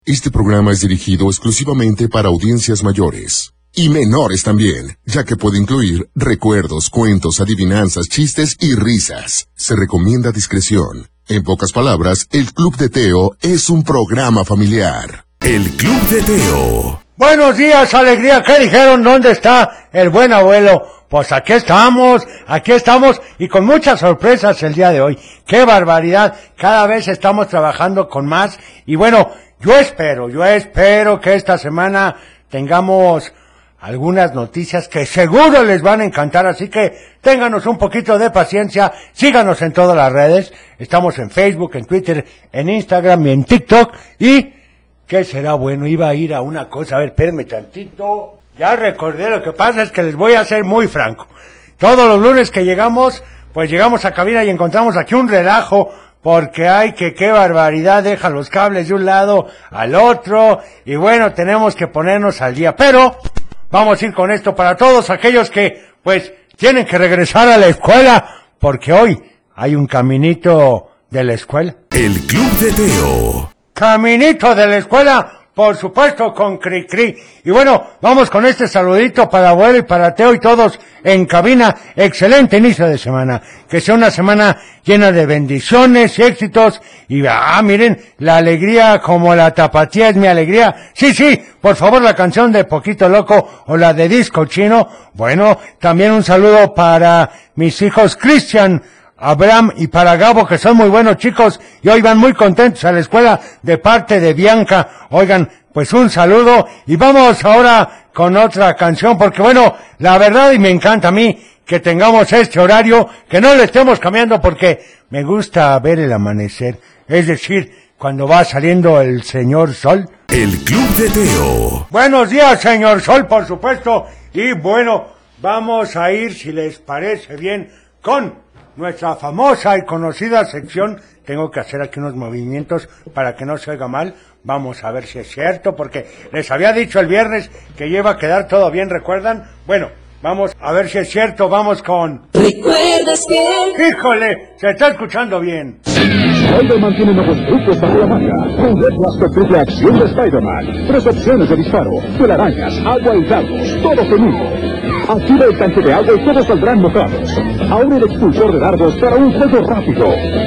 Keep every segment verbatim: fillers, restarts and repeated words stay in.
Este programa es dirigido exclusivamente para audiencias mayores. Y menores también, ya que puede incluir recuerdos, cuentos, adivinanzas, chistes y risas. Se recomienda discreción. En pocas palabras, el Club de Teo es un programa familiar. El Club de Teo. Buenos días, alegría. ¿Qué dijeron? ¿Dónde está el buen abuelo? Pues aquí estamos, aquí estamos y con muchas sorpresas el día de hoy. ¡Qué barbaridad! Cada vez estamos trabajando con más y bueno, yo espero, yo espero que esta semana tengamos algunas noticias que seguro les van a encantar, así que ténganos un poquito de paciencia, síganos en todas las redes, estamos en Facebook, en Twitter, en Instagram y en TikTok, y ¿qué será bueno? Iba a ir a una cosa, a ver, espérenme tantito, ya recordé, lo que pasa es que les voy a ser muy franco, todos los lunes que llegamos, pues llegamos a cabina y encontramos aquí un relajo, porque hay que, qué barbaridad, deja los cables de un lado al otro, y bueno, tenemos que ponernos al día, pero vamos a ir con esto para todos aquellos que, pues, tienen que regresar a la escuela, porque hoy hay un caminito de la escuela. El Club de Teo. Caminito de la escuela, por supuesto, con Cri Cri. Y bueno, vamos con este saludito para abuelo y para Teo y todos en cabina. Excelente inicio de semana. Que sea una semana llena de bendiciones y éxitos. Y ah, miren, la alegría como la tapatía es mi alegría. Sí, sí, por favor, la canción de Poquito Loco o la de Disco Chino. Bueno, también un saludo para mis hijos Cristian, Abraham y para Gabo, que son muy buenos chicos y hoy van muy contentos a la escuela de parte de Bianca. Oigan, pues un saludo y vamos ahora con otra canción porque bueno, la verdad y me encanta a mí que tengamos este horario, que no le estemos cambiando porque me gusta ver el amanecer, es decir, cuando va saliendo el señor Sol. El Club de Teo. Buenos días, señor Sol, por supuesto, y bueno, vamos a ir, si les parece bien, con nuestra famosa y conocida sección. Tengo que hacer aquí unos movimientos para que no se oiga mal. Vamos a ver si es cierto, porque les había dicho el viernes que iba a quedar todo bien, ¿recuerdan? Bueno, vamos a ver si es cierto. Vamos con... ¿Recuerdas que...? ¡Híjole! Se está escuchando bien. Spider-Man tiene nuevos trucos bajo la manga. Con Red Blaster triple acción de Spider-Man. Tres opciones de disparo, telarañas, agua y dardos, todos en uno. Activa el tanque de agua y todos saldrán mojados. Ahora el expulsor de dardos para un juego rápido.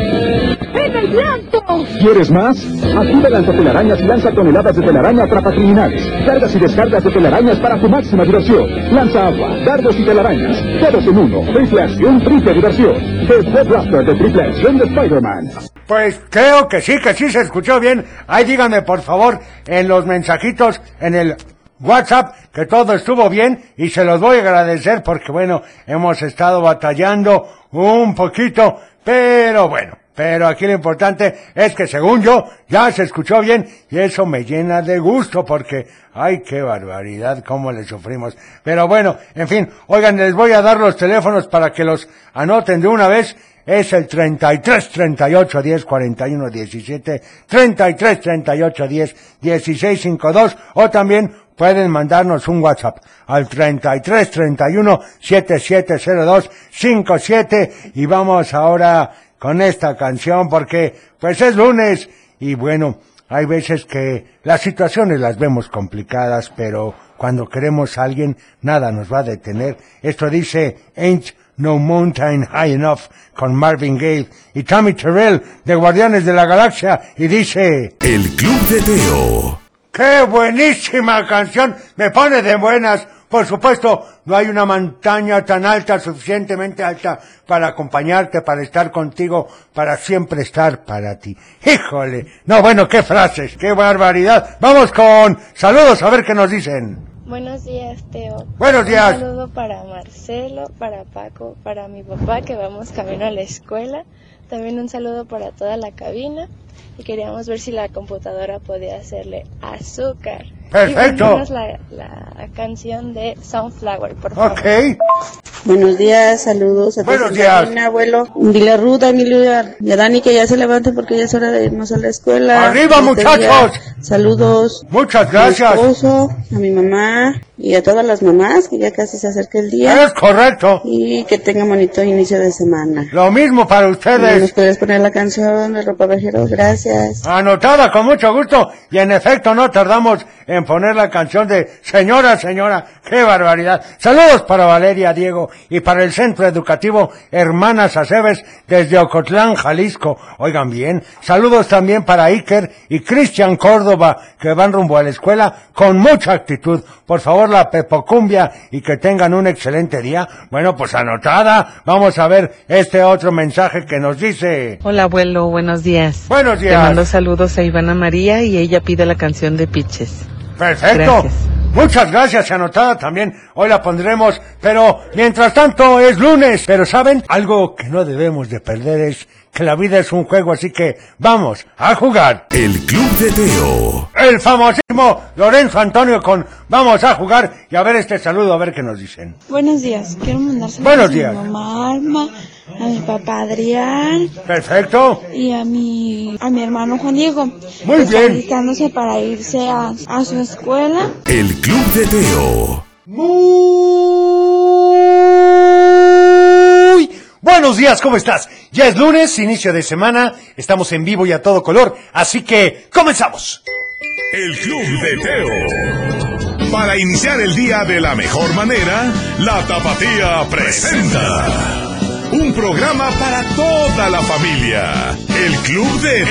¡En el blanco! ¿Quieres más? Activa lanzatelarañas y lanza toneladas de telaraña atrapa criminales. Cargas y descargas de telarañas para tu máxima diversión. Lanza agua, dardos y telarañas. Todos en uno. Triple acción, triple diversión. El Red Blaster de triple acción de Spider-Man. Pues creo que sí, que sí se escuchó bien. Ahí díganme por favor en los mensajitos, en el WhatsApp, que todo estuvo bien y se los voy a agradecer porque bueno, hemos estado batallando un poquito, pero bueno, pero aquí lo importante es que según yo ya se escuchó bien y eso me llena de gusto porque ay, qué barbaridad, cómo le sufrimos. Pero bueno, en fin, oigan, les voy a dar los teléfonos para que los anoten de una vez. Es el treinta y tres, treinta y ocho, diez, cuarenta y uno, diecisiete, treinta y tres, treinta y ocho, diez, dieciséis, cincuenta y dos, o también pueden mandarnos un WhatsApp al treinta y tres, treinta y uno, setenta y siete cero dos, cincuenta y siete y vamos ahora con esta canción porque pues es lunes y bueno, hay veces que las situaciones las vemos complicadas, pero cuando queremos a alguien nada nos va a detener. Esto dice Ain't No Mountain High Enough con Marvin Gaye y Tammy Terrell de Guardianes de la Galaxia y dice... El Club de Teo. ¡Qué buenísima canción! Me pone de buenas. Por supuesto, no hay una montaña tan alta, suficientemente alta para acompañarte, para estar contigo, para siempre estar para ti. ¡Híjole! No, bueno, qué frases, qué barbaridad. Vamos con saludos a ver qué nos dicen. Buenos días, Teo. Buenos días. Un saludo para Marcelo, para Paco, para mi papá que vamos camino a la escuela. También un saludo para toda la cabina. Y queríamos ver si la computadora podía hacerle azúcar. Perfecto. Y la, la canción de Sunflower, por favor. Ok. Buenos días, saludos a Buenos todos. días. Cabina, abuelo. Dile a Ruth, a Emilio y a Dani que ya se levante porque ya es hora de irnos a la escuela. ¡Arriba, Este muchachos! día, saludos. Muchas A gracias. mi esposo, a mi mamá, Y a todas las mamás, que ya casi se acerca el día. Es correcto. Y que tengan bonito inicio de semana. Lo mismo para ustedes. ¿Nos puedes poner la canción de Ropa Vejero? Gracias. Anotada con mucho gusto. Y en efecto no tardamos en poner la canción de Señora, Señora. ¡Qué barbaridad! Saludos para Valeria, Diego y para el Centro Educativo Hermanas Aceves desde Ocotlán, Jalisco. Oigan bien. Saludos también para Iker y Cristian Córdoba, que van rumbo a la escuela con mucha actitud. Por favor, la pepocumbia y que tengan un excelente día. Bueno, pues anotada. Vamos a ver este otro mensaje que nos dice. Hola, abuelo, buenos días. Buenos días. Te mando saludos a Ivana María y ella pide la canción de Piches. Perfecto. Gracias. Muchas gracias, anotada también. Hoy la pondremos, pero mientras tanto es lunes. Pero ¿saben? Algo que no debemos de perder es que la vida es un juego, así que vamos a jugar. El Club de Teo. El famosísimo Lorenzo Antonio con Vamos a jugar y a ver este saludo, a ver qué nos dicen. Buenos días, quiero mandar saludos Buenos a días. mi mamá Alma, a mi papá Adrián. Perfecto. Y a mi a mi hermano Juan Diego. Muy Está bien. listándose para irse a, a su escuela. El Club de Teo. Muy buenos días, ¿cómo estás? Ya es lunes, inicio de semana, estamos en vivo y a todo color, así que ¡comenzamos! El Club de Teo. Para iniciar el día de la mejor manera, la Tapatía presenta un programa para toda la familia. El Club de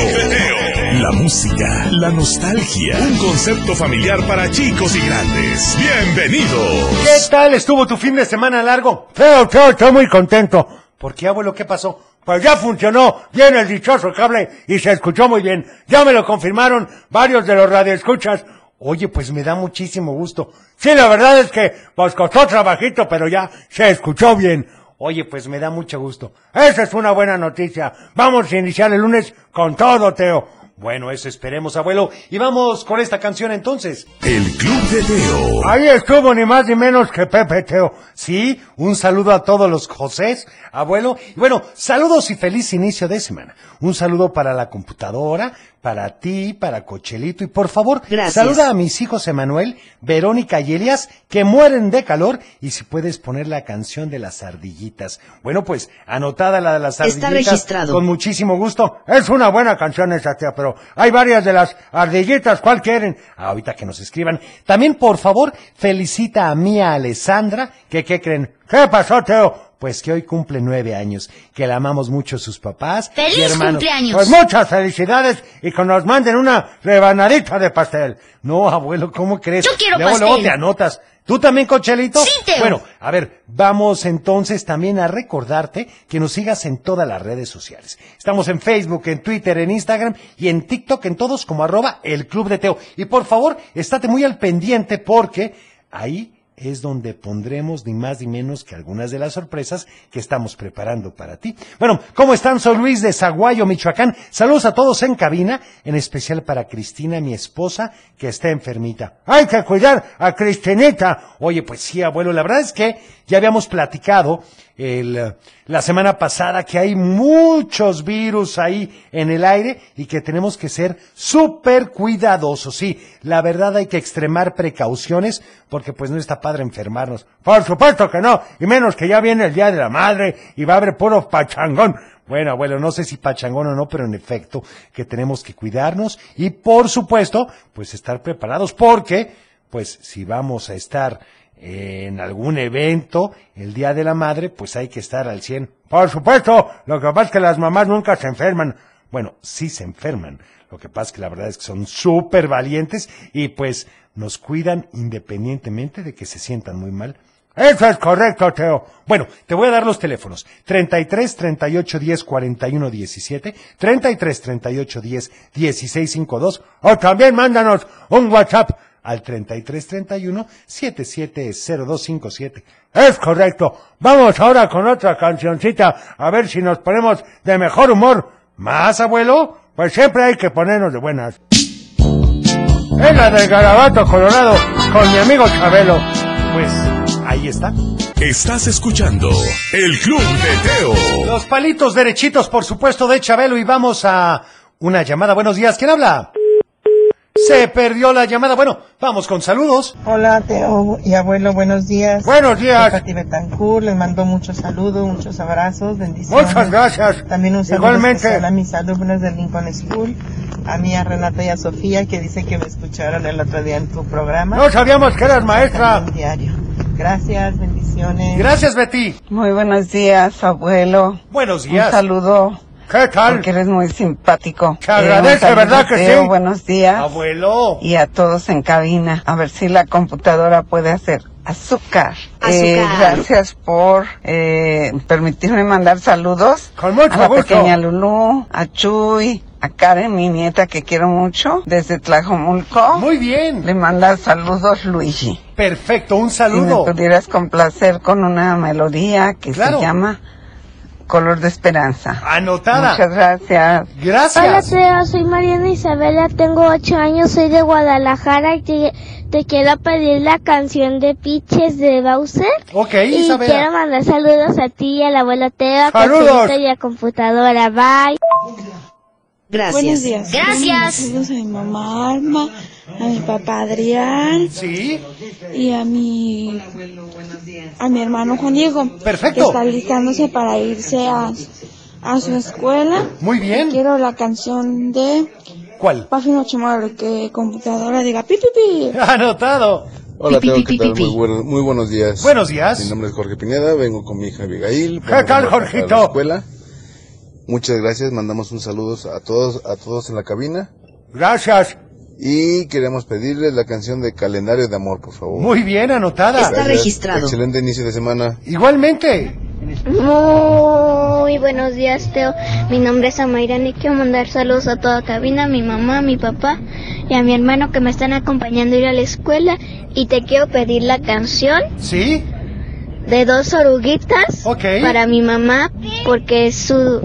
Teo. La música, la nostalgia, un concepto familiar para chicos y grandes. ¡Bienvenidos! ¿Qué tal estuvo tu fin de semana largo? Feo, feo, estoy muy contento. ¿Por qué, abuelo? ¿Qué pasó? Pues ya funcionó bien el dichoso cable y se escuchó muy bien. Ya me lo confirmaron varios de los radioescuchas. Oye, pues me da muchísimo gusto. Sí, la verdad es que pues costó trabajito, pero ya se escuchó bien. Oye, pues me da mucho gusto. Esa es una buena noticia. Vamos a iniciar el lunes con todo, Teo. Bueno, eso esperemos, abuelo. Y vamos con esta canción entonces. El Club de Teo. Ahí estuvo ni más ni menos que Pepe Teo. Sí, un saludo a todos los Josés, abuelo. Y bueno, saludos y feliz inicio de semana. Un saludo para la computadora, para ti, para Cochelito. Y por favor, Gracias. Saluda a mis hijos Emanuel, Verónica y Elias, que mueren de calor. Y si puedes poner la canción de las ardillitas. Bueno, pues, anotada la de las ardillitas. Está registrado. Con muchísimo gusto. Es una buena canción esa, tía, pero hay varias de las ardillitas. ¿Cuál quieren? Ahorita que nos escriban. También, por favor, felicita a Mía Alessandra, que, ¿qué creen? ¿Qué pasó, Teo? Pues que hoy cumple nueve años, que la amamos mucho sus papás ¡Feliz y hermanos. cumpleaños! Pues muchas felicidades y que nos manden una rebanadita de pastel. No, abuelo, ¿cómo crees? Yo quiero luego, pastel. Luego te anotas. ¿Tú también, Cochelito? Sí, Teo. Bueno, a ver, vamos entonces también a recordarte que nos sigas en todas las redes sociales. Estamos en Facebook, en Twitter, en Instagram y en TikTok, en todos como arroba el Club de Teo. Y por favor, estate muy al pendiente porque ahí es donde pondremos ni más ni menos que algunas de las sorpresas que estamos preparando para ti. Bueno, ¿cómo están? Soy Luis de Zaguayo, Michoacán. Saludos a todos en cabina, en especial para Cristina, mi esposa, que está enfermita. ¡Hay que cuidar a Cristinita! Oye, pues sí, abuelo, la verdad es que ya habíamos platicado el, la semana pasada que hay muchos virus ahí en el aire y que tenemos que ser súper cuidadosos. Sí, la verdad hay que extremar precauciones porque pues no está padre enfermarnos. Por supuesto que no, y menos que ya viene el Día de la Madre y va a haber puro pachangón. Bueno, abuelo, no sé si pachangón o no, pero en efecto que tenemos que cuidarnos y por supuesto pues estar preparados porque pues si vamos a estar en algún evento, el Día de la Madre, pues hay que estar al cien. Por supuesto, lo que pasa es que las mamás nunca se enferman. Bueno, sí se enferman. Lo que pasa es que la verdad es que son súper valientes y pues nos cuidan independientemente de que se sientan muy mal. Eso es correcto, Teo. Bueno, te voy a dar los teléfonos. treinta y tres, treinta y ocho, diez, cuarenta y uno, diecisiete, treinta y tres, treinta y ocho, diez, dieciséis, cincuenta y dos, o también mándanos un WhatsApp al treinta y tres, treinta y uno, setenta y siete, cero dos cincuenta y siete. Es correcto. Vamos ahora con otra cancioncita, a ver si nos ponemos de mejor humor. ¿Más, abuelo? Pues siempre hay que ponernos de buenas. Es la del Garabato Colorado, con mi amigo Chabelo. Pues, ahí está. Estás escuchando El Club de Teo. Los palitos derechitos, por supuesto, de Chabelo. Y vamos a una llamada. Buenos días, ¿quién habla? Se perdió la llamada. Bueno, vamos con saludos. Hola, Teo y abuelo, buenos días. Buenos días. Soy Pati Betancourt, les mando muchos saludos, muchos abrazos, bendiciones. Muchas gracias. También un saludo Igualmente. especial a mis alumnos del Lincoln School, a mí, a Renata y a Sofía, que dice que me escucharon el otro día en tu programa. No sabíamos que eras maestra. Diario. Gracias, bendiciones. Gracias, Betty. Muy buenos días, abuelo. Buenos días. Un saludo. ¿Qué tal? Porque eres muy simpático. Te agradece, eh, ¿verdad que Teo, sí? Buenos días. Abuelo. Y a todos en cabina. A ver si la computadora puede hacer azúcar. Azúcar. Eh, gracias por eh, permitirme mandar saludos. Con mucho a la gusto. pequeña Lulú, a Chuy, a Karen, mi nieta que quiero mucho, desde Tlajomulco. Muy bien. Le manda saludos Luigi. Perfecto, un Si saludo. me pudieras complacer con una melodía que Claro. se llama Color de Esperanza. Anotada. Muchas gracias. Gracias. Hola, Teo, soy Mariana Isabela, tengo ocho años, soy de Guadalajara y te, te quiero pedir la canción de Piches de Bowser. Ok, Y Isabela. quiero mandar saludos a ti y al abuelo Teo, a ¡Saludos! Cochelito y a computadora. Bye. Gracias. Buenos días. Gracias. Saludos a mi mamá Alma, a mi papá Adrián Sí. y a mi a mi hermano Juan Diego. Perfecto. Que está listándose para irse a, a su escuela. Muy bien. Quiero la canción de ¿Cuál? Puffy Nochimaro, que computadora diga pi pi pi. Anotado. Hola, Pi, Teo, pi, ¿qué pi, tal? pi, Muy, pi. buenos, muy buenos días. Buenos días. Mi nombre es Jorge Pineda, vengo con mi hija Abigail. ¿Qué tal, Vamos a Jorgito? la escuela. Muchas gracias, mandamos un saludo a todos, a todos en la cabina. Gracias. Y queremos pedirles la canción de Calendario de Amor, por favor. Muy bien, anotada. Está Gracias. registrado. Excelente inicio de semana. Igualmente. Muy buenos días, Teo. Mi nombre es Amairán y quiero mandar saludos a toda cabina, a mi mamá, a mi papá y a mi hermano que me están acompañando a ir a la escuela. Y te quiero pedir la canción ¿Sí? de Dos Oruguitas Ok. para mi mamá porque es su,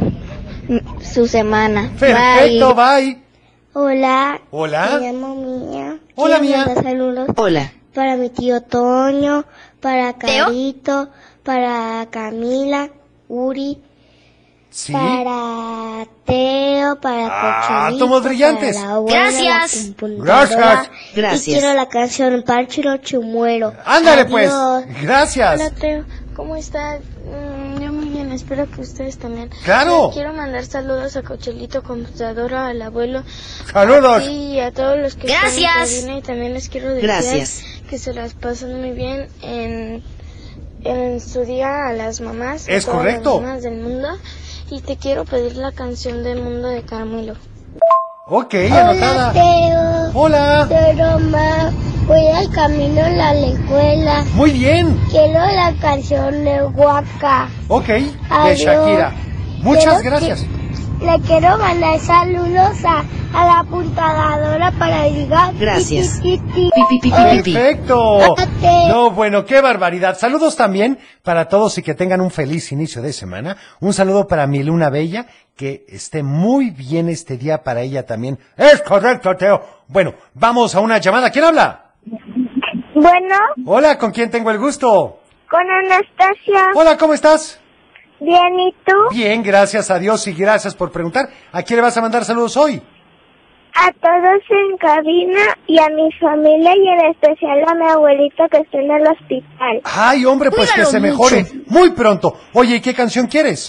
su semana. Perfecto, Bye. bye. Hola. Hola. Me llamo Mía. Hola, Quiero Mía. mandar saludos Hola. para mi tío Toño, para ¿Teo? Carito, para Camila, Uri, Sí. para Teo, para Ah, Cochelito, tomos brillantes. para la abuela, Gracias. la computadora. Gracias. Gracias. Y quiero la canción Parchiro Chumuero. Ándale, pues. Adiós. Gracias. Hola, Teo. ¿Cómo estás? Mm, yo muy bien, espero que ustedes también. Claro. Eh, quiero mandar saludos a Cochelito, computadora, al abuelo. Saludos. A ti y a todos los que Gracias. están en cabina, y también les quiero decir Gracias. que se las pasan muy bien en, en su día a las mamás. Es a todas correcto. las mamás del mundo. Y te quiero pedir la canción del mundo de Carmelo. Ok, anotada. Teo. Hola. Pero ma, voy al camino a la escuela. Muy bien. Quiero la canción de Waka. Ok, de Adiós. Shakira. Muchas Quiero gracias. que- le quiero mandar saludos a, a la apuntadora para diga Gracias. ti, ti, ti, Pi, pi, pi, pi, pi, pi. Perfecto. Ate. No, bueno, qué barbaridad. Saludos también para todos y que tengan un feliz inicio de semana. Un saludo para mi Luna Bella, que esté muy bien este día para ella también. Es correcto, Teo. Bueno, vamos a una llamada. ¿Quién habla? Bueno, Hola, ¿con quién tengo el gusto? con Anastasia. Hola, ¿cómo estás? Bien, ¿y tú? Bien, gracias a Dios y gracias por preguntar. ¿A quién le vas a mandar saludos hoy? A todos en cabina y a mi familia y en especial a mi abuelito que está en el hospital. Ay, hombre, pues Cuídalo que se mucho. mejore muy pronto. Oye, ¿y qué canción quieres?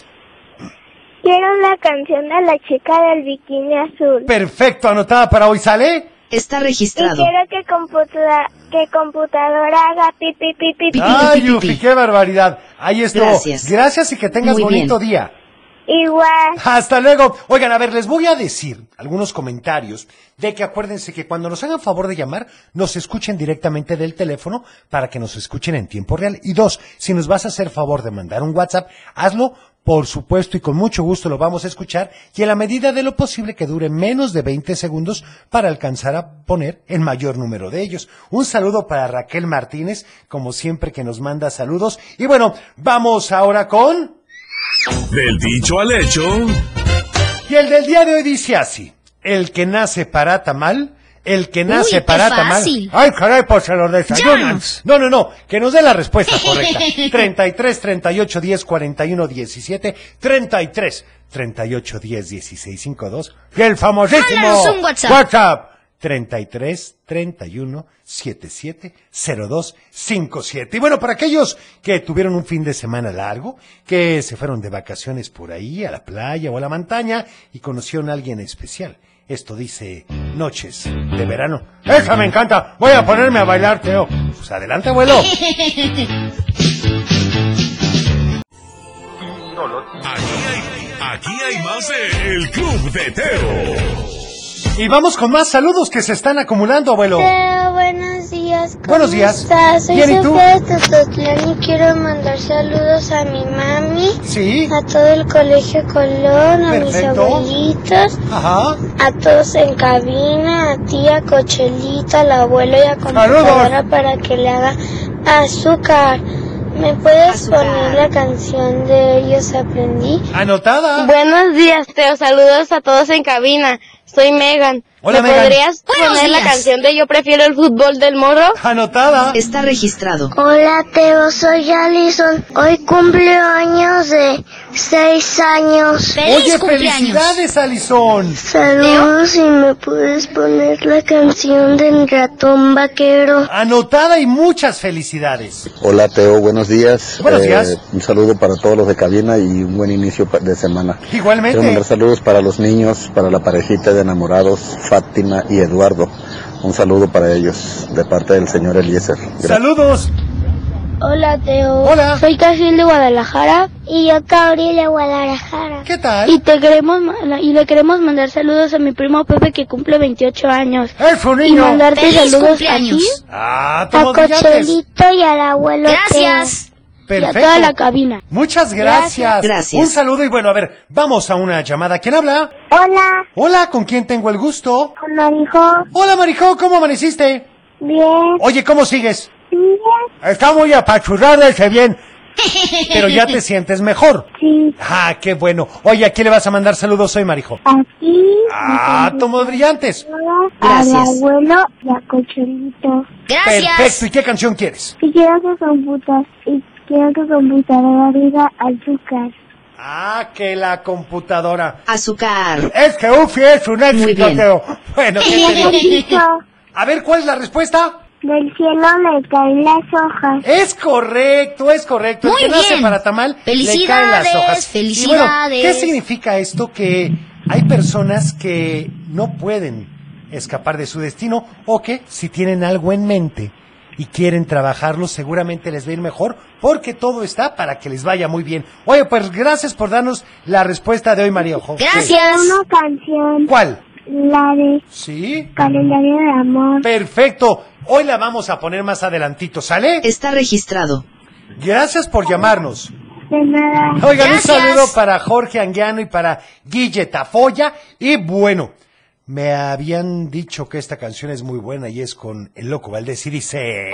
Quiero la canción de la chica del bikini azul. Perfecto, anotada para hoy, ¿sale? Está Y registrado. quiero que, computa que computadora haga pi pi pi pi pi. Ay, pi, pi, Ufi, pi. qué barbaridad. Ahí estuvo. Gracias. Gracias y que tengas Muy bonito bien. día. Igual. Hasta luego. Oigan, a ver, les voy a decir algunos comentarios de que acuérdense que cuando nos hagan favor de llamar, nos escuchen directamente del teléfono para que nos escuchen en tiempo real. Y dos, si nos vas a hacer favor de mandar un WhatsApp, hazlo, por supuesto, y con mucho gusto lo vamos a escuchar, y en la medida de lo posible que dure menos de veinte segundos para alcanzar a poner el mayor número de ellos. Un saludo para Raquel Martínez, como siempre que nos manda saludos. Y bueno, vamos ahora con... Del dicho al hecho. Y el del día de hoy dice así: el que nace para tamal, el que nace Uy, qué para tamal. fácil. Ay, caray, pues se lo desayunan. Llanos. No, no, no, que nos dé la respuesta correcta. treinta y tres, treinta y ocho, diez, cuarenta y uno, diecisiete, treinta y tres, treinta y ocho, diez, dieciséis, cincuenta y dos. Y el famosísimo Mándanos un WhatsApp. WhatsApp. treinta y tres, treinta y uno, setenta y siete, cero dos cincuenta y siete. Y bueno, para aquellos que tuvieron un fin de semana largo, que se fueron de vacaciones por ahí, a la playa o a la montaña, y conocieron a alguien especial. Esto dice Noches de Verano. ¡Esa me encanta! Voy a ponerme a bailar, Teo. Pues adelante, abuelo. Aquí hay, aquí hay más de El Club de Teo. Y vamos con más saludos que se están acumulando, abuelo. Teo, buenos días. ¿Cómo Buenos días. estás? Soy Bien, ¿y tú? Sofía de Tototlán y quiero mandar saludos a mi mami, Sí. a todo el Colegio Colón, a mis Perfecto. abuelitos, Ajá. a todos en cabina, a ti, a Cochelita, al abuelo y a computadora para que le haga azúcar. ¿Me puedes Azúcar. poner la canción de Ellos Aprendí? Anotada. Buenos días, Teo. Saludos a todos en cabina. Soy Megan. Hola, ¿Me Megan. podrías Buenos poner la días. canción de Yo prefiero el fútbol del morro? Anotada. Está registrado. Hola, Teo. Soy Alison. Hoy cumpleaños de seis años. ¡Feliz Oye, cumpleaños! felicidades, Alison. Saludos y me puedes poner la canción del ratón vaquero. Anotada y muchas felicidades. Hola Teo, buenos días. Buenos días. Un saludo para todos los de cabina y un buen inicio pa- de semana. Igualmente. Quiero mandar saludos para los niños, para la parejita de enamorados, Fátima y Eduardo. Un saludo para ellos, de parte del señor Eliezer. Gracias. Saludos. Hola, Teo. Hola. Soy Casil de Guadalajara. Y yo, Gabriel de Guadalajara. ¿Qué tal? Y te queremos ma- y le queremos mandar saludos a mi primo Pepe que cumple veintiocho años. Es un Y niño. mandarte ¡Feliz saludos cumpleaños! a ti, Ah, a todos brillantes. Cochelito y al abuelo Gracias. Teo, y a Perfecto. toda la cabina. Muchas gracias. Gracias. Un saludo y bueno, a ver, vamos a una llamada. ¿Quién habla? Hola, Hola, ¿con quién tengo el gusto? con Marijo. Hola, Marijo, ¿cómo amaneciste? Bien. Oye, ¿cómo sigues? Bien. Está muy apachurrada ese bien. Pero ya te sientes mejor. Sí. Ah, qué bueno. Oye, ¿a quién le vas a mandar saludos hoy, Marijo? Aquí. Ah, tomos brillantes. Gracias. Al abuelo y a Cochelito. Gracias. Perfecto. ¿Y qué canción quieres? Y quiero que computas. Y quiero que computadora diga azúcar. Ah, que la computadora. Azúcar. Es que Ufi es un Muy éxito, bien. Teo. Bueno, ¿qué te digo? A ver, ¿cuál es la respuesta? Del cielo le caen las hojas. Es correcto, es correcto. Muy El que nace bien. para tamal, Felicidades, le caen las hojas. felicidades. Y bueno, ¿qué significa esto? Que hay personas que no pueden escapar de su destino o que si tienen algo en mente y quieren trabajarlo, seguramente les va a ir mejor porque todo está para que les vaya muy bien. Oye, pues gracias por darnos la respuesta de hoy, María Ojo. Gracias. Una canción. ¿Cuál? La de Sí. Calendario de Amor. Perfecto. Hoy la vamos a poner más adelantito, ¿sale? Está registrado. Gracias por llamarnos. De nada. Oigan, Gracias. un saludo para Jorge Anguiano y para Guille Tafoya. Y bueno, me habían dicho que esta canción es muy buena y es con El Loco Valdés y dice...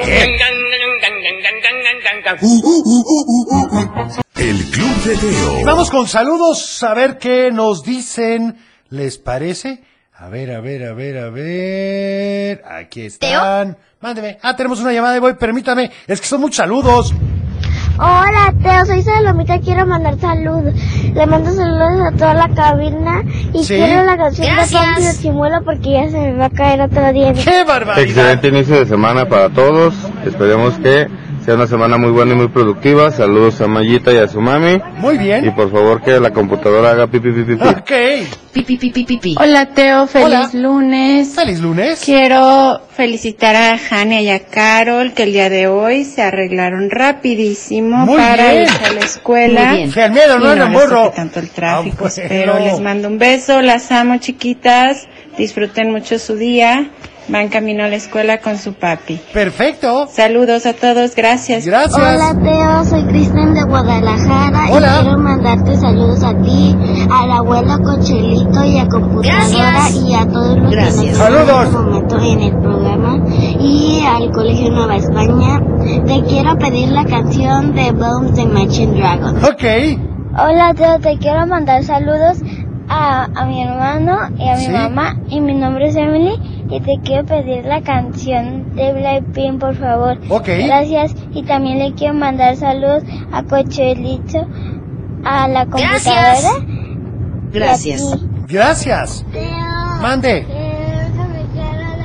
El Club de Teo. Vamos con saludos a ver qué nos dicen. ¿Les parece? A ver, a ver, a ver, a ver... Aquí están. Mándeme. Ah, tenemos una llamada de voy, permítame. Es que son muchos saludos. Hola, Teo, soy Salomita, quiero mandar saludos. Le mando saludos a toda la cabina y Sí. quiero la canción Gracias. de Pompi de Chimuelo porque ya se me va a caer otro diente. ¡Qué barbaridad! Excelente inicio de semana para todos. Esperemos que sea una semana muy buena y muy productiva. Saludos a Mayita y a su mami. Muy bien. Y por favor que la computadora haga pipi pipi pipi. Ok. Pipi, pipi, pipi. Hola Teo, feliz Hola. lunes. Feliz lunes. Quiero felicitar a Jania y a Carol que el día de hoy se arreglaron rapidísimo Muy para bien. irse a la escuela. Muy bien. Que al miedo Y no anda en les burro. toque tanto el tráfico, Ah, bueno. espero. Les mando un beso, las amo chiquitas, disfruten mucho su día, van camino a la escuela con su papi. Perfecto. Saludos a todos, gracias. Gracias. Hola, Teo, soy Kristen de Guadalajara Hola. y quiero mandarte saludos a ti, al abuelo Cochelito y a computadora Gracias. y a todos los Gracias. que nos están en Saludos. este momento en el programa y al Colegio Nueva España. Te quiero pedir la canción de Bones de Machine Dragon. Ok. Hola, Teo, te quiero mandar saludos a, a mi hermano y a mi ¿Sí? mamá y mi nombre es Emily y te quiero pedir la canción de Blackpink, por favor. Ok. Gracias. Y también le quiero mandar saludos a Cochelito, a la computadora. Gracias. y a ti. Gracias. Teo, Mande. quiero que me quiera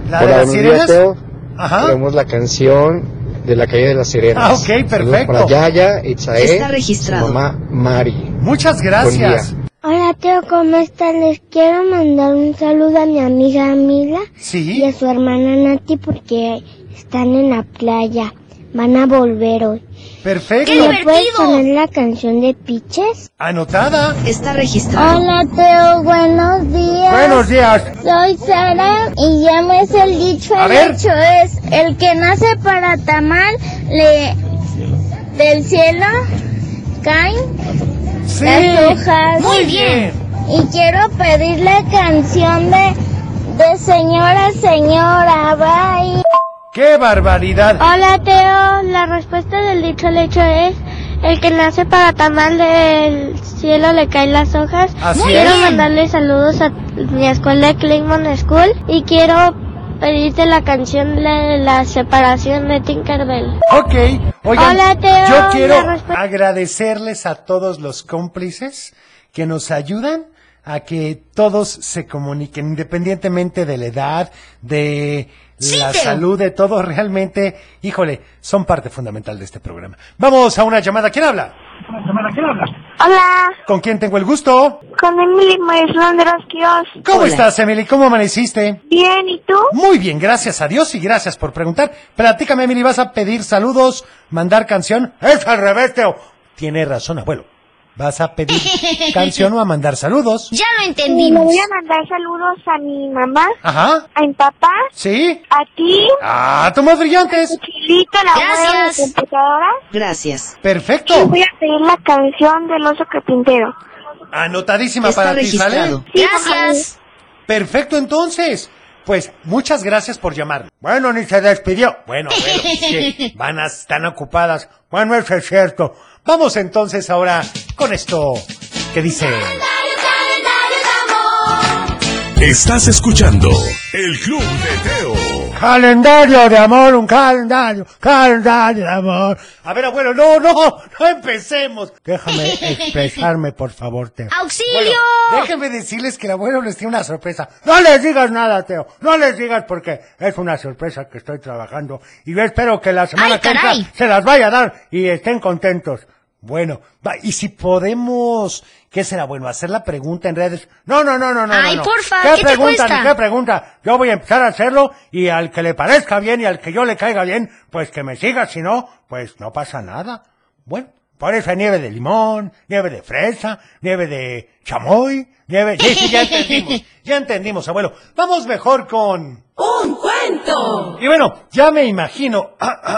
¿La de Hola, las buenos días, sirenas? Teo. Ajá. Tenemos la canción de la calle de las sirenas. Ah, ok, Saludos perfecto. para Yaya, Itzae, Está registrado. su mamá Mari. Muchas gracias. Buen día. Hola Teo, ¿cómo están? Les quiero mandar un saludo a mi amiga Mila Sí. y a su hermana Nati porque están en la playa. Van a volver hoy. Perfecto. ¿Me puedes poner la canción de Piches? Anotada. Está registrado. Hola Teo, buenos días. Buenos días. Soy Sara y ya me es el dicho. A El ver. hecho es, el que nace para tamal, le del cielo caen Sí. las hojas. Muy bien. Y quiero pedir la canción de, de Señora, Señora, bye. ¡Qué barbaridad! Hola Teo, la respuesta del dicho al hecho es, el que nace para tamal del cielo le caen las hojas. Así Quiero es. mandarle saludos a mi escuela de Claymont School y quiero pedirte la canción de la separación de Tinkerbell. Ok, oigan, Hola, Teo, yo quiero la respu- agradecerles a todos los cómplices que nos ayudan a que todos se comuniquen, independientemente de la edad, de Sí, la Teo. salud, de todo, realmente, híjole, son parte fundamental de este programa. Vamos a una llamada, ¿quién habla? Hola, ¿Con quién tengo el gusto? con Emily Marisol de los Kioscos. ¿Cómo Hola. estás, Emily? ¿Cómo amaneciste? Bien, ¿y tú? Muy bien, gracias a Dios y gracias por preguntar. Platícame, Emily, ¿vas a pedir saludos, mandar canción? Es al revés, Teo. Tiene razón, abuelo. ¿Vas a pedir canción o a mandar saludos? Ya lo Le entendimos. voy a mandar saludos a mi mamá, Ajá. a mi papá, ¿Sí? a ti, ¡Ah, tomas brillantes! Chilito, la abuela de la Gracias. computadora. Gracias. Perfecto. Y voy a pedir la canción del oso carpintero. Anotadísima Está para ti, ¿sale? registrado. Sí, Gracias. Perfecto, entonces. Pues, muchas gracias por llamar. Bueno, ni se despidió. Bueno, bueno, es que van a, están ocupadas. Bueno, eso es cierto. Vamos entonces ahora con esto que dice... Estás escuchando el Club de Teo. Calendario de amor, un calendario, calendario de amor. A ver, abuelo, no, no, no empecemos. Déjame expresarme, por favor, Teo. ¡Auxilio! Bueno, déjenme decirles que el abuelo les tiene una sorpresa. No les digas nada, Teo. No les digas porque es una sorpresa que estoy trabajando. Y yo espero que la semana ¡Ay, que entra caray! se las vaya a dar y estén contentos. Bueno, va, y si podemos, ¿qué será bueno? ¿Hacer la pregunta en redes? No, no, no, no, no. Ay, no, no. porfa, ¿Qué ¿qué te pregunta cuesta? ni qué pregunta? Yo voy a empezar a hacerlo y al que le parezca bien y al que yo le caiga bien, pues que me siga, si no, pues no pasa nada. Bueno, por eso hay nieve de limón, nieve de fresa, nieve de chamoy, nieve... Sí, sí, ya entendimos, ya entendimos, abuelo. Vamos mejor con... ¡Un cuento! Y bueno, ya me imagino...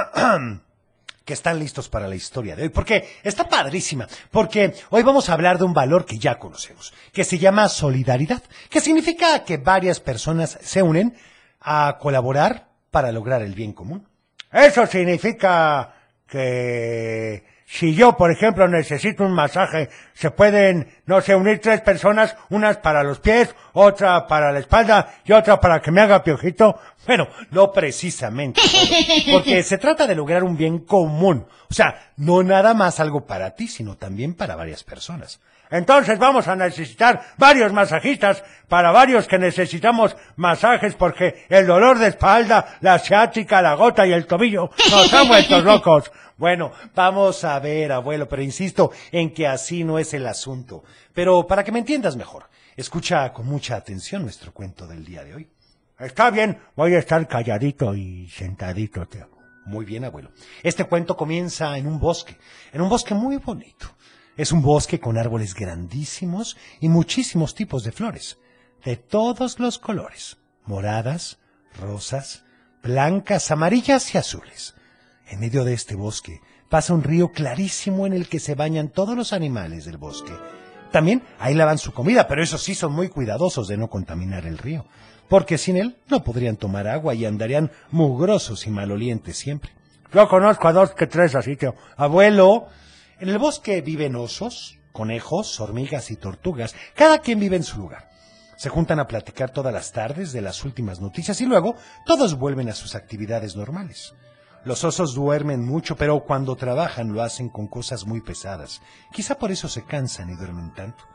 que están listos para la historia de hoy, porque está padrísima, porque hoy vamos a hablar de un valor que ya conocemos, que se llama solidaridad, que significa que varias personas se unen a colaborar para lograr el bien común. Eso significa que si yo, por ejemplo, necesito un masaje, se pueden, no sé, unir tres personas, unas para los pies, otra para la espalda y otra para que me haga piojito. Bueno, no precisamente, porque se trata de lograr un bien común. O sea, no nada más algo para ti, sino también para varias personas. Entonces vamos a necesitar varios masajistas para varios que necesitamos masajes porque el dolor de espalda, la ciática, la gota y el tobillo nos han vuelto locos. Bueno, vamos a ver, abuelo, pero insisto en que así no es el asunto. Pero para que me entiendas mejor, escucha con mucha atención nuestro cuento del día de hoy. Está bien, voy a estar calladito y sentadito, Teo. Muy bien, abuelo. Este cuento comienza en un bosque, en un bosque muy bonito. Es un bosque con árboles grandísimos y muchísimos tipos de flores, de todos los colores, moradas, rosas, blancas, amarillas y azules. En medio de este bosque pasa un río clarísimo en el que se bañan todos los animales del bosque. También ahí lavan su comida, pero eso sí son muy cuidadosos de no contaminar el río, porque sin él no podrían tomar agua y andarían mugrosos y malolientes siempre. Yo conozco a dos que tres así, Teo. Abuelo... En el bosque viven osos, conejos, hormigas y tortugas. Cada quien vive en su lugar. Se juntan a platicar todas las tardes de las últimas noticias y luego todos vuelven a sus actividades normales. Los osos duermen mucho, pero cuando trabajan lo hacen con cosas muy pesadas. Quizá por eso se cansan y duermen tanto.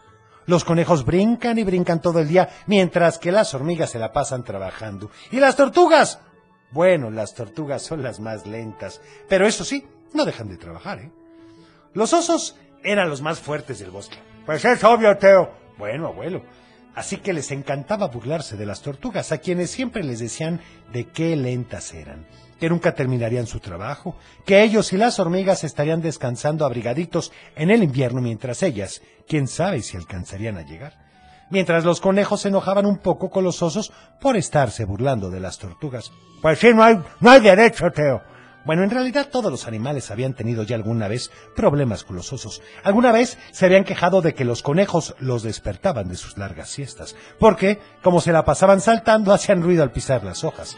Los conejos brincan y brincan todo el día, mientras que las hormigas se la pasan trabajando. ¿Y las tortugas? Bueno, las tortugas son las más lentas, pero eso sí, no dejan de trabajar, ¿eh? Los osos eran los más fuertes del bosque. Pues es obvio, Teo. Bueno, abuelo. Así que les encantaba burlarse de las tortugas, a quienes siempre les decían de qué lentas eran, que nunca terminarían su trabajo, que ellos y las hormigas estarían descansando abrigaditos en el invierno mientras ellas, quién sabe si alcanzarían a llegar. Mientras los conejos se enojaban un poco con los osos por estarse burlando de las tortugas. Pues sí, no hay, no hay derecho, Teo. Bueno, en realidad todos los animales habían tenido ya alguna vez problemas con los osos. Alguna vez se habían quejado de que los conejos los despertaban de sus largas siestas, porque, como se la pasaban saltando, hacían ruido al pisar las hojas.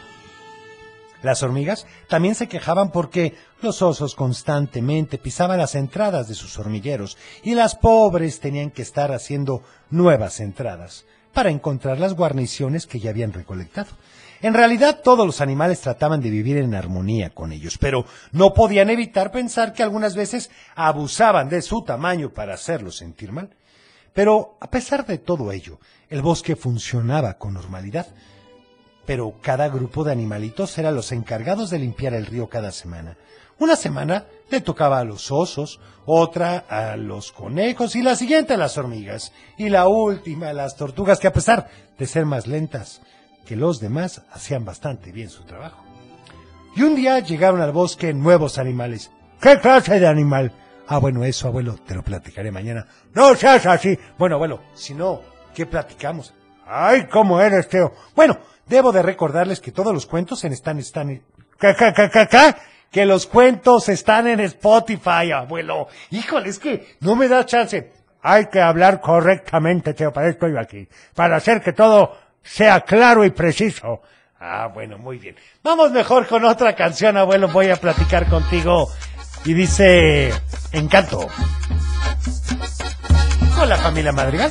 Las hormigas también se quejaban porque los osos constantemente pisaban las entradas de sus hormigueros y las pobres tenían que estar haciendo nuevas entradas para encontrar las guarniciones que ya habían recolectado. En realidad todos los animales trataban de vivir en armonía con ellos, pero no podían evitar pensar que algunas veces abusaban de su tamaño para hacerlos sentir mal. Pero a pesar de todo ello, el bosque funcionaba con normalidad. Pero cada grupo de animalitos eran los encargados de limpiar el río cada semana. Una semana le tocaba a los osos, otra a los conejos y la siguiente a las hormigas. Y la última a las tortugas, que a pesar de ser más lentas que los demás, hacían bastante bien su trabajo. Y un día llegaron al bosque nuevos animales. ¿Qué clase de animal? Ah, bueno, eso, abuelo, te lo platicaré mañana. No seas así. Bueno, abuelo, si no, ¿qué platicamos? Ay, cómo eres, Teo. Bueno, debo de recordarles que todos los cuentos en están, están, ¿qué, qué, qué, qué, qué? Que los cuentos están en Spotify, abuelo. Híjole, es que no me da chance. Hay que hablar correctamente, Teo, para esto estoy aquí. Para hacer que todo sea claro y preciso. Ah, bueno, muy bien. Vamos mejor con otra canción, abuelo. Voy a platicar contigo. Y dice, Encanto. Con la familia Madrigal.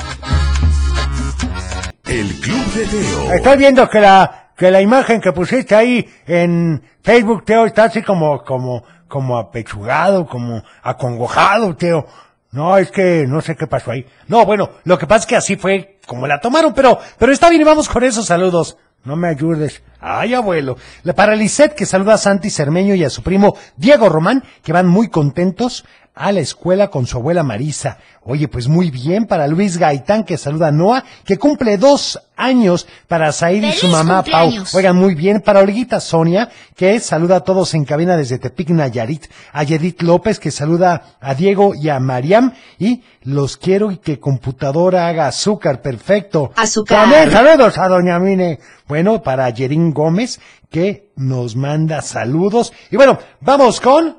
El Club de Teo. Estoy viendo que la que la imagen que pusiste ahí en Facebook, Teo, está así como como como apechugado, como acongojado, Teo. No, es que no sé qué pasó ahí. No, bueno, lo que pasa es que así fue como la tomaron, pero pero está bien y vamos con esos saludos. No me ayudes. Ay, abuelo. Para Lisette, que saluda a Santi Cermeño y a su primo Diego Román, que van muy contentos a la escuela con su abuela Marisa. Oye, pues muy bien. Para Luis Gaitán, que saluda a Noah, que cumple dos años. Para Said y su mamá Pau. Oigan, muy bien. Para Olguita Sonia, que saluda a todos en cabina desde Tepic, Nayarit. A Yedith López, que saluda a Diego y a Mariam. Y los quiero y que computadora haga azúcar. Perfecto. Azúcar. También saludos a doña Mine. Bueno, para Yerín Gómez, que nos manda saludos. Y bueno, vamos con...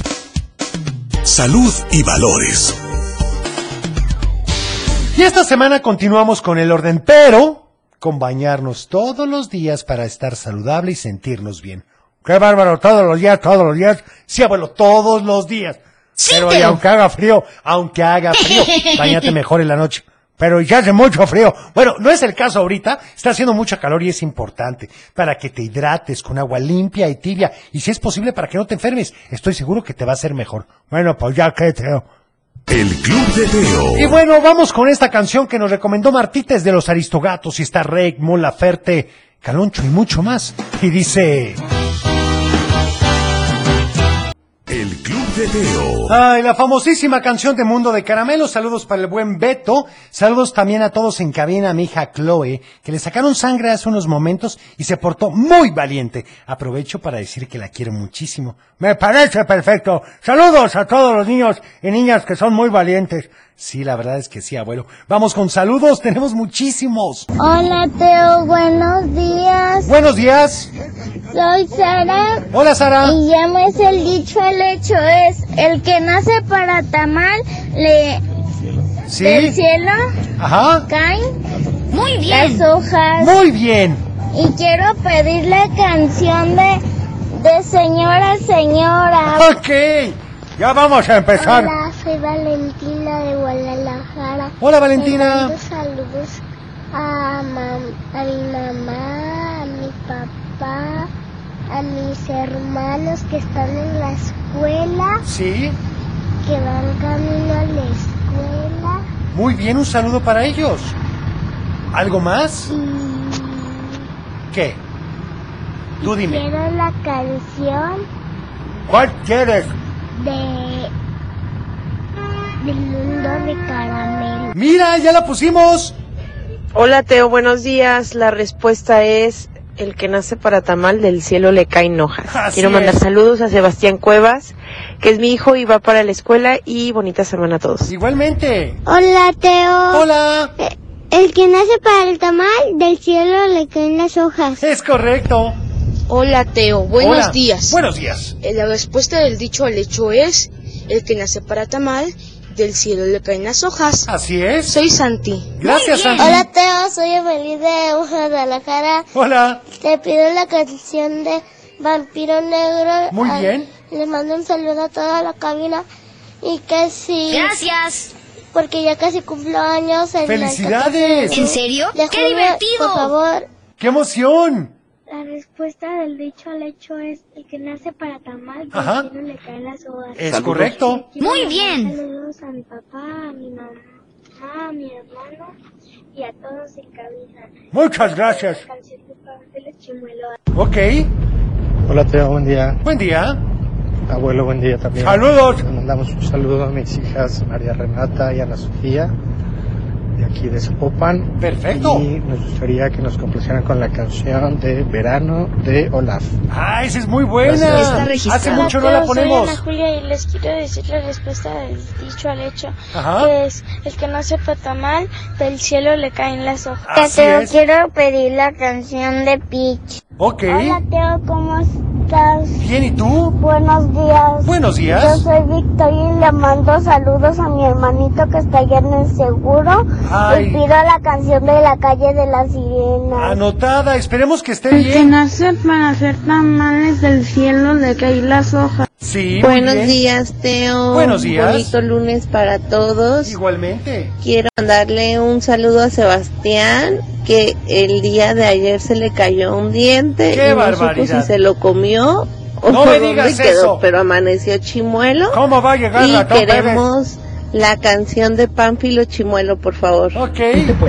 Salud y valores. Y esta semana continuamos con el orden, pero con bañarnos todos los días para estar saludable y sentirnos bien. ¡Qué bárbaro! Todos los días, todos los días. Sí, abuelo, todos los días. Sí, pero pero... y aunque haga frío, aunque haga frío, báñate mejor en la noche. Pero ya hace mucho frío. Bueno, no es el caso ahorita, está haciendo mucha calor y es importante para que te hidrates con agua limpia y tibia. Y si es posible, para que no te enfermes. Estoy seguro que te va a hacer mejor. Bueno, pues ya que, Teo. El Club de Teo. Y bueno, vamos con esta canción que nos recomendó Martites de los Aristogatos. Y está Rey, Mola Ferte, Caloncho y mucho más. Y dice... El Club de Teo. Ay, la famosísima canción de Mundo de Caramelo. Saludos para el buen Beto. Saludos también a todos en cabina, a mi hija Chloe, que le sacaron sangre hace unos momentos y se portó muy valiente. Aprovecho para decir que la quiero muchísimo. Me parece perfecto. Saludos a todos los niños y niñas que son muy valientes. Sí, la verdad es que sí, abuelo. Vamos con saludos, tenemos muchísimos. Hola, Teo, buenos días. Buenos días. Soy Sara. Hola, Sara. Y ya no es el dicho, el hecho es, el que nace para tamal, le... ¿Sí? Del cielo. Ajá. Caen. Muy bien. Las hojas. Muy bien. Y quiero pedir la canción de, de Señora, Señora. Ok. Ya vamos a empezar. Hola, soy Valentina de Guadalajara. Hola, Valentina. Le mando saludos a, mam- a mi mamá, a mi papá, a mis hermanos que están en la escuela. Sí. Que van camino a la escuela. Muy bien, un saludo para ellos. ¿Algo más? ¿Qué? Tú dime. Quiero la canción ¿Cuál quieres? de del mundo de caramelo. Mira, ya la pusimos. Hola Teo, buenos días. La respuesta es el que nace para tamal del cielo le caen hojas. Así Quiero mandar es. saludos a Sebastián Cuevas, que es mi hijo y va para la escuela, y bonita semana a todos. Igualmente. Hola, Teo. Hola. Eh, El que nace para el tamal, del cielo le caen las hojas. Es correcto. Hola, Teo. Buenos Hola. días. Buenos días. Eh, La respuesta del dicho al hecho es: el que nace para tamal, del cielo le caen las hojas. Así es. Soy Santi. Gracias, Santi. Hola, Teo. Soy Evelyn de Guadalajara. Hola. Te pido la canción de Vampiro Negro. Muy Ay, bien. Les mando un saludo a toda la cabina. Y que sí. Gracias. Porque ya casi cumplo años. En ¡Felicidades! La ¿En serio? De ¡Qué junio, divertido! Por favor. ¡Qué emoción! La respuesta del dicho al hecho es: el que nace para tamal, del Ajá. cielo le caen las hojas. Es correcto. Muy bien. Saludos a mi papá, a mi mamá, a mi hermano y a todos en cabina. Muchas gracias. La canción de Pánfilo Chimuelo. Ok. Hola Teo, buen día. Buen día. Abuelo, buen día también. Saludos. Les mandamos un saludo a mis hijas María Renata y Ana Sofía, de aquí de Zapopan. Perfecto. Y nos gustaría que nos complacieran con la canción de Verano de Olaf. Ah, esa es muy buena. Gracias. Está registrada. Hace mucho no la ponemos. Soy Ana Julia y les quiero decir la respuesta del dicho al hecho. Ajá. Que es: el que no sepa tamal, del cielo le caen las hojas. Así Teo, es. quiero pedir la canción de Peach. Ok. Hola, Teo, ¿cómo estás? Bien, ¿y tú? Buenos días. Buenos días. Yo soy Victoria y le mando saludos a mi hermanito que está allá en el seguro. Ay. Y pido la canción de La Calle de las Sirenas. Anotada, esperemos que esté El que bien. nace para hacer tamales, del cielo le caen las hojas. Sí, muy Buenos bien. días, Teo. Buenos días. Bonito lunes para todos. Igualmente. Quiero mandarle un saludo a Sebastián, que el día de ayer se le cayó un diente. ¡Qué y no supo barbaridad! si se lo comió o No me dónde digas quedó, eso. pero amaneció chimuelo. ¿Cómo va a llegar Y Ratón Pérez? queremos la canción de Pánfilo Chimuelo, por favor. Ok.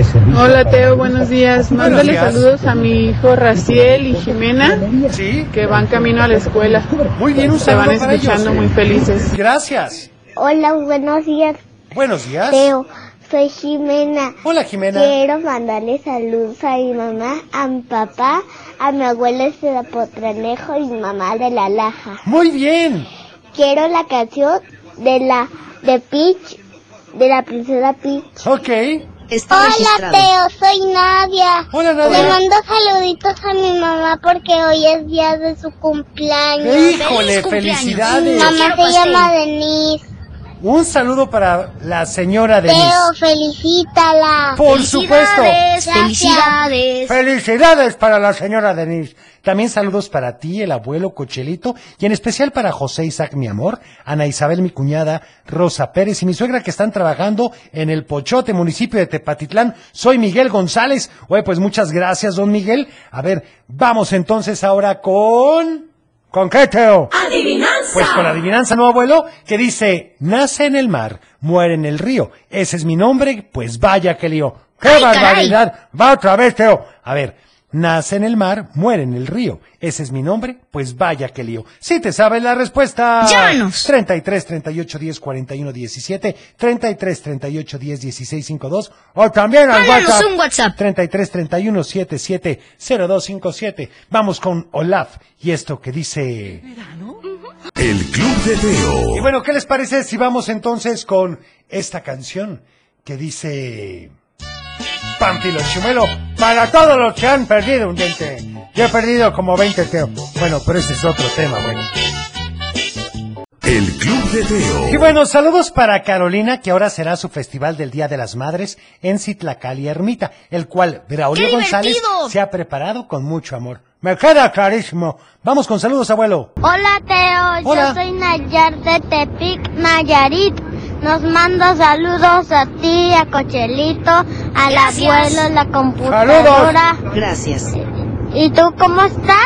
Hola Teo, buenos días. Buenos Mándale días. saludos a mi hijo Raciel y Jimena, Sí. que van camino a la escuela. Muy bien, un Se van saludo para escuchando ellos. muy felices. Gracias. Hola, buenos días, Buenos días. Teo. Soy Jimena. Hola, Jimena. Quiero mandarle saludos a mi mamá, a mi papá, a mi abuela de Zapotranejo y mi mamá de La Laja. Muy bien. Quiero la canción de la de Peach, de la princesa Peach. Ok. Está Hola, registrado. Teo, soy Nadia. Hola, Le Nadia. mando saluditos a mi mamá porque hoy es día de su cumpleaños. Híjole, Feliz cumpleaños. Mi felicidades. mamá Quiero se pastel. llama Denise. Un saludo para la señora Denise. Teo, felicítala. Por supuesto. Felicidades, Gracias. felicidades. Felicidades para la señora Denise. También saludos para ti, el abuelo Cochelito, y en especial para José Isaac, mi amor, Ana Isabel, mi cuñada, Rosa Pérez y mi suegra que están trabajando en el Pochote, municipio de Tepatitlán. Soy Miguel González. Oye, pues muchas gracias, don Miguel. A ver, vamos entonces ahora con... ¿Con qué, Teo? Adivinanza. Pues con la adivinanza, ¿no, abuelo? Que dice, nace en el mar, muere en el río. Ese es mi nombre, pues vaya que lío. ¡Qué Ay, barbaridad! Va otra vez, Teo. A ver, nace en el mar, muere en el río. Ese es mi nombre, pues vaya que lío. Si te sabes la respuesta. Llámanos. treinta y tres, treinta y ocho, diez, cuarenta y uno, diecisiete, treinta y tres, treinta y ocho, diez, dieciséis, cincuenta y dos, o también al Mándanos WhatsApp. un WhatsApp. treinta y tres, treinta y uno, setenta y siete, cero dos cincuenta y siete. Vamos con Olaf y esto que dice... El Club de Teo. Y bueno, ¿qué les parece si vamos entonces con esta canción que dice... Pánfilo Chimuelo, para todos los que han perdido un diente. Yo he perdido como veinte, Teo. Bueno, pero ese es otro tema, bueno. El Club de Teo. Y bueno, saludos para Carolina, que ahora será su Festival del Día de las Madres en Citlacali Ermita, el cual Braulio ¡Qué González divertido! se ha preparado con mucho amor. Me queda clarísimo. Vamos con saludos, abuelo. Hola, Teo. Hola. Yo soy Nayar de Tepic, Nayarit. Nos mando saludos a ti, a Cochelito, al Gracias. abuelo, la computadora. Gracias. ¿Y tú cómo estás?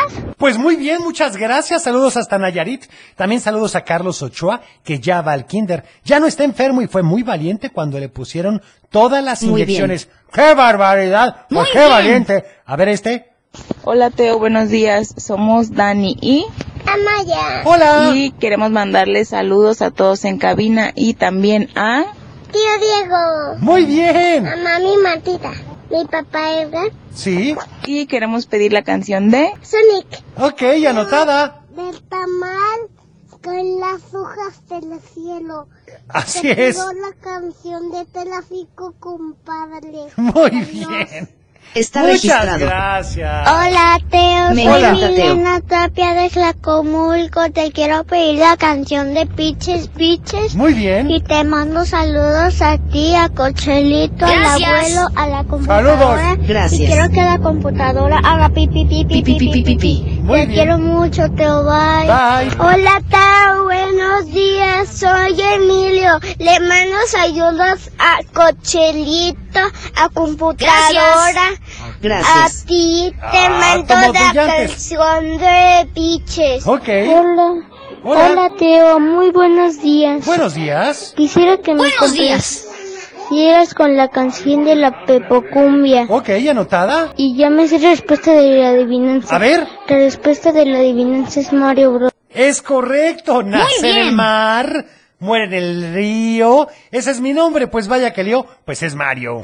Pues muy bien, muchas gracias. Saludos hasta Nayarit. También saludos a Carlos Ochoa, que ya va al kinder. Ya no está enfermo y fue muy valiente cuando le pusieron todas las Muy inyecciones. ¡Qué barbaridad! Pues Muy qué bien. valiente. A ver este. Hola Teo, buenos días. Somos Dani y Amaya. Hola. Y queremos mandarles saludos a todos en cabina y también a Tío Diego. Muy bien. A mami Martita. Mi papá Edgar. Sí. Y queremos pedir la canción de Sonic. Ok, anotada. Del tamal con las hojas del cielo. Así Te es. pido la canción de Telafico, compadre. Muy Adiós. bien. Está Muchas registrado. gracias. Hola, Teo. Me Soy encanta, Teo. Milena Tapia de Tlacomulco. Te quiero pedir la canción de Piches Piches. Muy bien. Y te mando saludos a ti, a Cochelito, al Gracias. abuelo, a la computadora. Saludos. Gracias. Y quiero que la computadora haga pipi pipi Pi, pi, pipi pi, pi, pi. Muy Te bien. quiero mucho, Teo. Bye. Bye. Hola, Teo. Buenos días. Soy Emilio. Le mando saludos a Cochelito, a computadora. Gracias. A ti te Ah, mando como la brillantes. canción de Piches. Ok. Hola. Hola. Hola, Teo. Muy buenos días. Buenos días. Quisiera que me Buenos días. complacieras con la canción de la Pepocumbia. Ok, anotada. Y ya me sé la respuesta de la adivinanza. A ver. La respuesta de la adivinanza es Mario Bros. Es correcto. Nace en el bien. mar, muere en el río. Ese es mi nombre. Pues vaya que lío. Pues es Mario.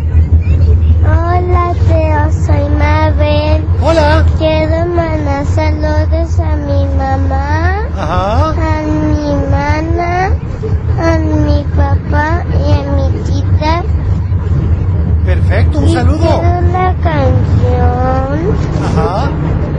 Hola, Teo. Soy Mabel. Hola. Quiero mandar saludos a mi mamá. Ajá. A mi hermana, a mi papá y a mi tita. Perfecto. Un Y saludo. quiero una canción, Ajá.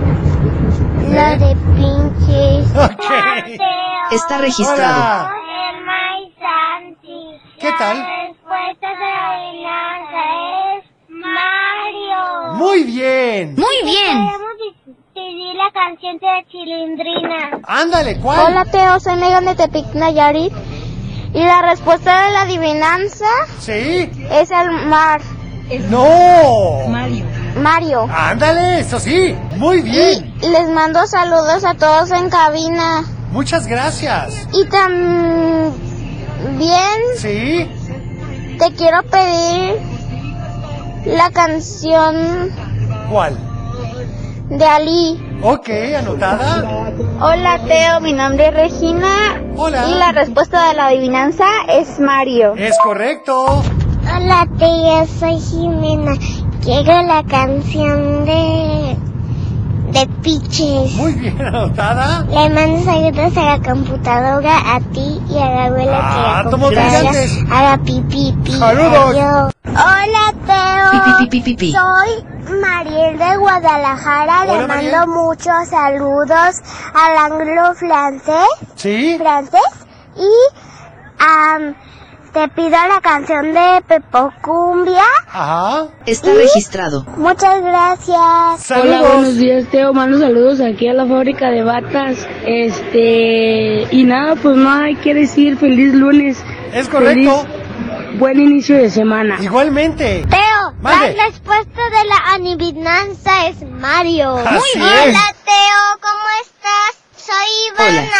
la de Pinches. Ok. Está registrado. Hola. Emma y Santi. ¿Qué tal? La respuesta de la adivinanza es Mario. Muy bien. Muy bien. Queremos pedir la canción de la Chilindrina. Ándale, ¿cuál? Hola, Teo, soy Megan de Tepic, Nayarit. Y la respuesta de la adivinanza Sí. es el mar. No. Mario. Mario. Ándale, eso sí. Muy bien. Y les mando saludos a todos en cabina. Muchas gracias. Y también Sí. te quiero pedir la canción ¿Cuál? de Ali. Ok, anotada. Hola, Teo, mi nombre es Regina. Hola. Y la respuesta de la adivinanza es Mario. Es correcto. Hola, Teo, soy Jimena. Quiero la canción de... de Piches. Muy bien anotada. Le mando saludos a la computadora, a ti y a la abuela Ah, que la tomo computadora brillantes. haga pipi pi. Saludos. Adiós. Hola, Teo. Pi, pi, pi, pi, pi. Soy Mariel de Guadalajara. Hola, Le Mariel. mando muchos saludos al anglo francés. Sí. francés y am, te pido la canción de Pepocumbia. Ajá. Está registrado. Muchas gracias. Saludos. Hola, buenos días, Teo. Mando saludos aquí a la fábrica de batas. Este, y nada, pues nada, hay que decir feliz lunes. Es correcto. Feliz, buen inicio de semana. Igualmente. Teo, Mande. la respuesta de la adivinanza es Mario. Así Muy bien. es. Hola, Teo, ¿cómo estás? Soy Ivana. Hola.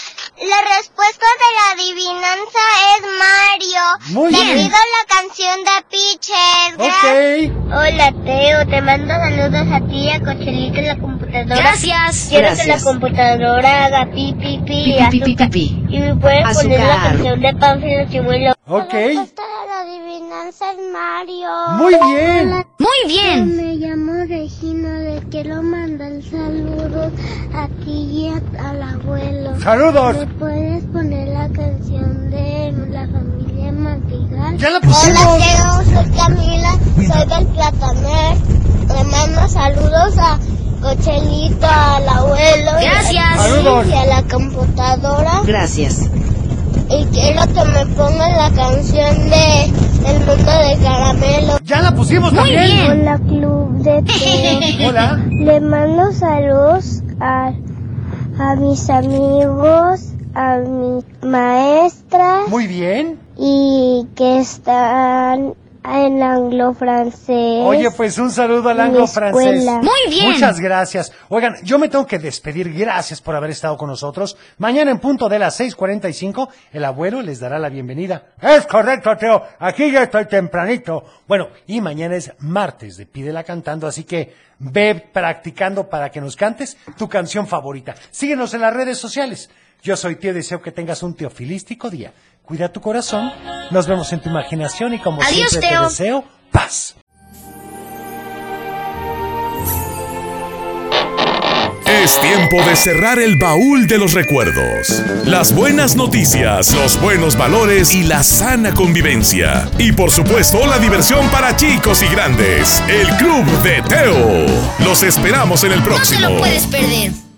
La respuesta de la adivinanza es Mario. Muy Te bien. pido la canción de Piches. Gracias. Ok. Hola, Teo, te mando saludos a ti y a Cochelito en la computadora. Gracias. Quiero que Gracias. la computadora haga pi, pi, pi, Pi, y pi, pi, pi, azúcar. pi. Y me puedes poner la Azúcar. canción de Pánfilo Chimuelo. Ok. La respuesta de la adivinanza es Mario. Muy bien. Muy bien. Me llamo Regina, le quiero mandar saludos a ti y a- al abuelo. Saludos. ¿Me puedes poner la canción de la familia Madrigal? Ya la pusimos. Hola, Teo, soy Camila, soy del Plataner. Le mando saludos a Cochelito, al abuelo. y a- Gracias. Saludos. Y a la computadora. Gracias. Y quiero que me pongan la canción de El Mundo de Caramelo. Ya la pusimos Muy también. bien. Hola, Club de Teo. Hola. Le mando saludos a, a mis amigos, a mi maestra Muy bien. y que están en anglo-francés. Oye, pues un saludo al Mi anglo-francés. escuela. Muy bien. Muchas gracias. Oigan, yo me tengo que despedir. Gracias por haber estado con nosotros. Mañana en punto de las seis cuarenta y cinco, el abuelo les dará la bienvenida. Es correcto, Teo. Aquí ya estoy tempranito. Bueno, y mañana es martes de Pídela Cantando, así que ve practicando para que nos cantes tu canción favorita. Síguenos en las redes sociales. Yo soy Tío, deseo que tengas un teofilístico día. Cuida tu corazón, nos vemos en tu imaginación y como Adiós, siempre Teo. te deseo paz. Es tiempo de cerrar el baúl de los recuerdos. Las buenas noticias, los buenos valores y la sana convivencia. Y por supuesto, la diversión para chicos y grandes. El Club de Teo. Los esperamos en el próximo. No te lo puedes perder.